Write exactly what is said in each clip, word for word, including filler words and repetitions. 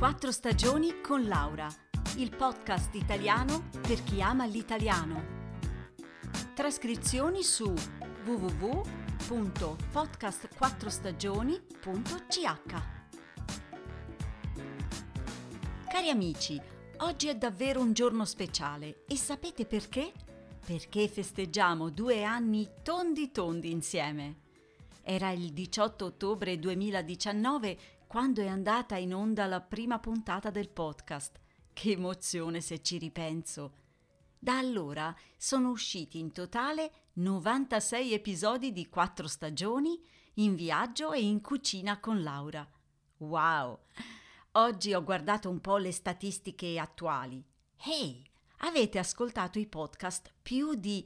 Quattro stagioni con Laura, il podcast italiano per chi ama l'italiano. Trascrizioni su w w w punto podcast quattro stagioni punto c h. Cari amici, oggi è davvero un giorno speciale e sapete perché? Perché festeggiamo due anni tondi tondi insieme. Era il diciotto ottobre duemiladiciannove quando è andata in onda la prima puntata del podcast. Che emozione se ci ripenso! Da allora sono usciti in totale novantasei episodi di quattro stagioni in viaggio e in cucina con Laura. Wow! Oggi ho guardato un po' le statistiche attuali. Ehi, avete ascoltato i podcast più di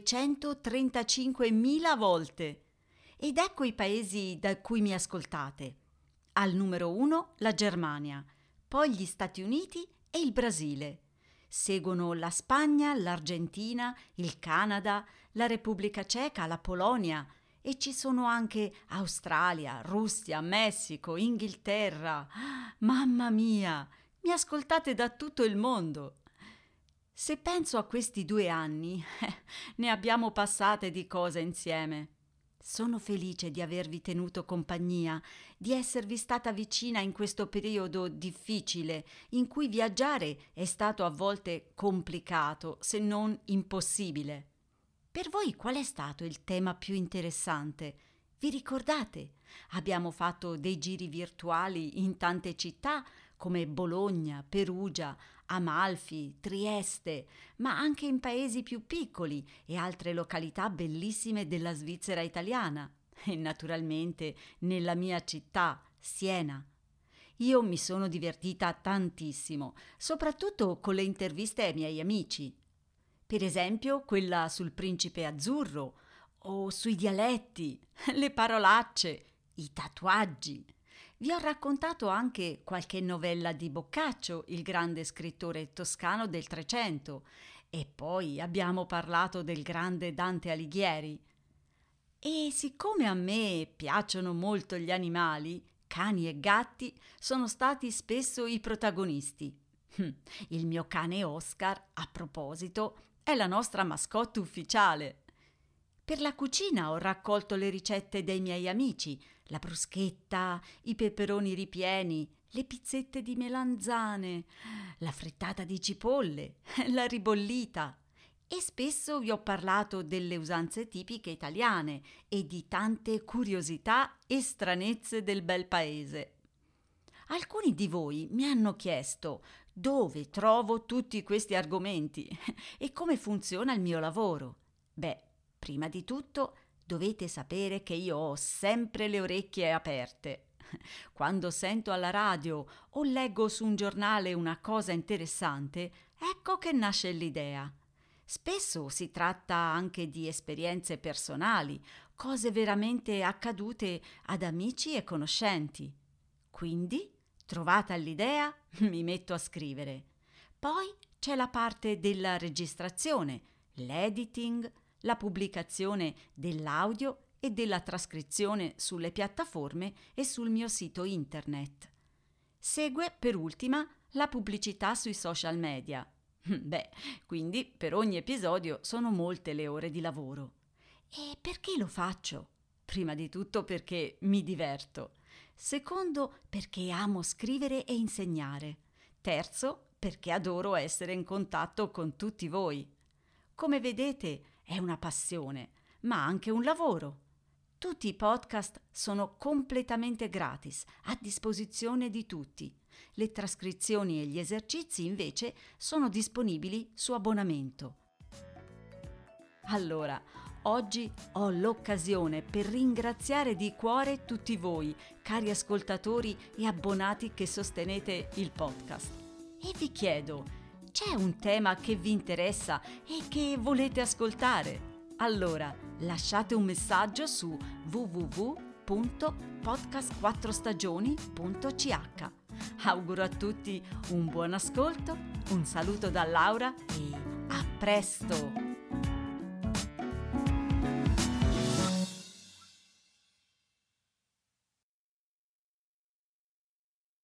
duecentotrentacinquemila volte! Ed ecco i paesi da cui mi ascoltate. Al numero uno la Germania, poi gli Stati Uniti e il Brasile. Seguono la Spagna, l'Argentina, il Canada, la Repubblica Ceca, la Polonia e ci sono anche Australia, Russia, Messico, Inghilterra. Mamma mia, mi ascoltate da tutto il mondo. Se penso a questi due anni, ne abbiamo passate di cose insieme. Sono felice di avervi tenuto compagnia, di esservi stata vicina in questo periodo difficile, in cui viaggiare è stato a volte complicato, se non impossibile. Per voi qual è stato il tema più interessante? Vi ricordate? Abbiamo fatto dei giri virtuali in tante città come Bologna, Perugia, Amalfi, Trieste, ma anche in paesi più piccoli e altre località bellissime della Svizzera italiana e naturalmente nella mia città, Siena. Io mi sono divertita tantissimo, soprattutto con le interviste ai miei amici. Per esempio quella sul principe azzurro o sui dialetti, le parolacce, i tatuaggi. Vi ho raccontato anche qualche novella di Boccaccio, il grande scrittore toscano del Trecento, e poi abbiamo parlato del grande Dante Alighieri. E siccome a me piacciono molto gli animali, cani e gatti sono stati spesso i protagonisti. Il mio cane Oscar, a proposito, è la nostra mascotte ufficiale. Per la cucina ho raccolto le ricette dei miei amici, la bruschetta, i peperoni ripieni, le pizzette di melanzane, la frittata di cipolle, la ribollita. E spesso vi ho parlato delle usanze tipiche italiane e di tante curiosità e stranezze del bel paese. Alcuni di voi mi hanno chiesto dove trovo tutti questi argomenti e come funziona il mio lavoro. Beh, prima di tutto dovete sapere che io ho sempre le orecchie aperte. Quando sento alla radio o leggo su un giornale una cosa interessante, ecco che nasce l'idea. Spesso si tratta anche di esperienze personali, cose veramente accadute ad amici e conoscenti. Quindi, trovata l'idea, mi metto a scrivere. Poi c'è la parte della registrazione, l'editing, la pubblicazione dell'audio e della trascrizione sulle piattaforme e sul mio sito internet. Segue per ultima la pubblicità sui social media. Beh, quindi per ogni episodio sono molte le ore di lavoro. E perché lo faccio? Prima di tutto perché mi diverto. Secondo, perché amo scrivere e insegnare. Terzo, perché adoro essere in contatto con tutti voi. Come vedete, è una passione, ma anche un lavoro. Tutti i podcast sono completamente gratis, a disposizione di tutti. Le trascrizioni e gli esercizi, invece, sono disponibili su abbonamento. Allora, oggi ho l'occasione per ringraziare di cuore tutti voi, cari ascoltatori e abbonati che sostenete il podcast. E vi chiedo, c'è un tema che vi interessa e che volete ascoltare? Allora, lasciate un messaggio su w w w punto podcast quattro stagioni punto c h. Auguro a tutti un buon ascolto, un saluto da Laura e a presto!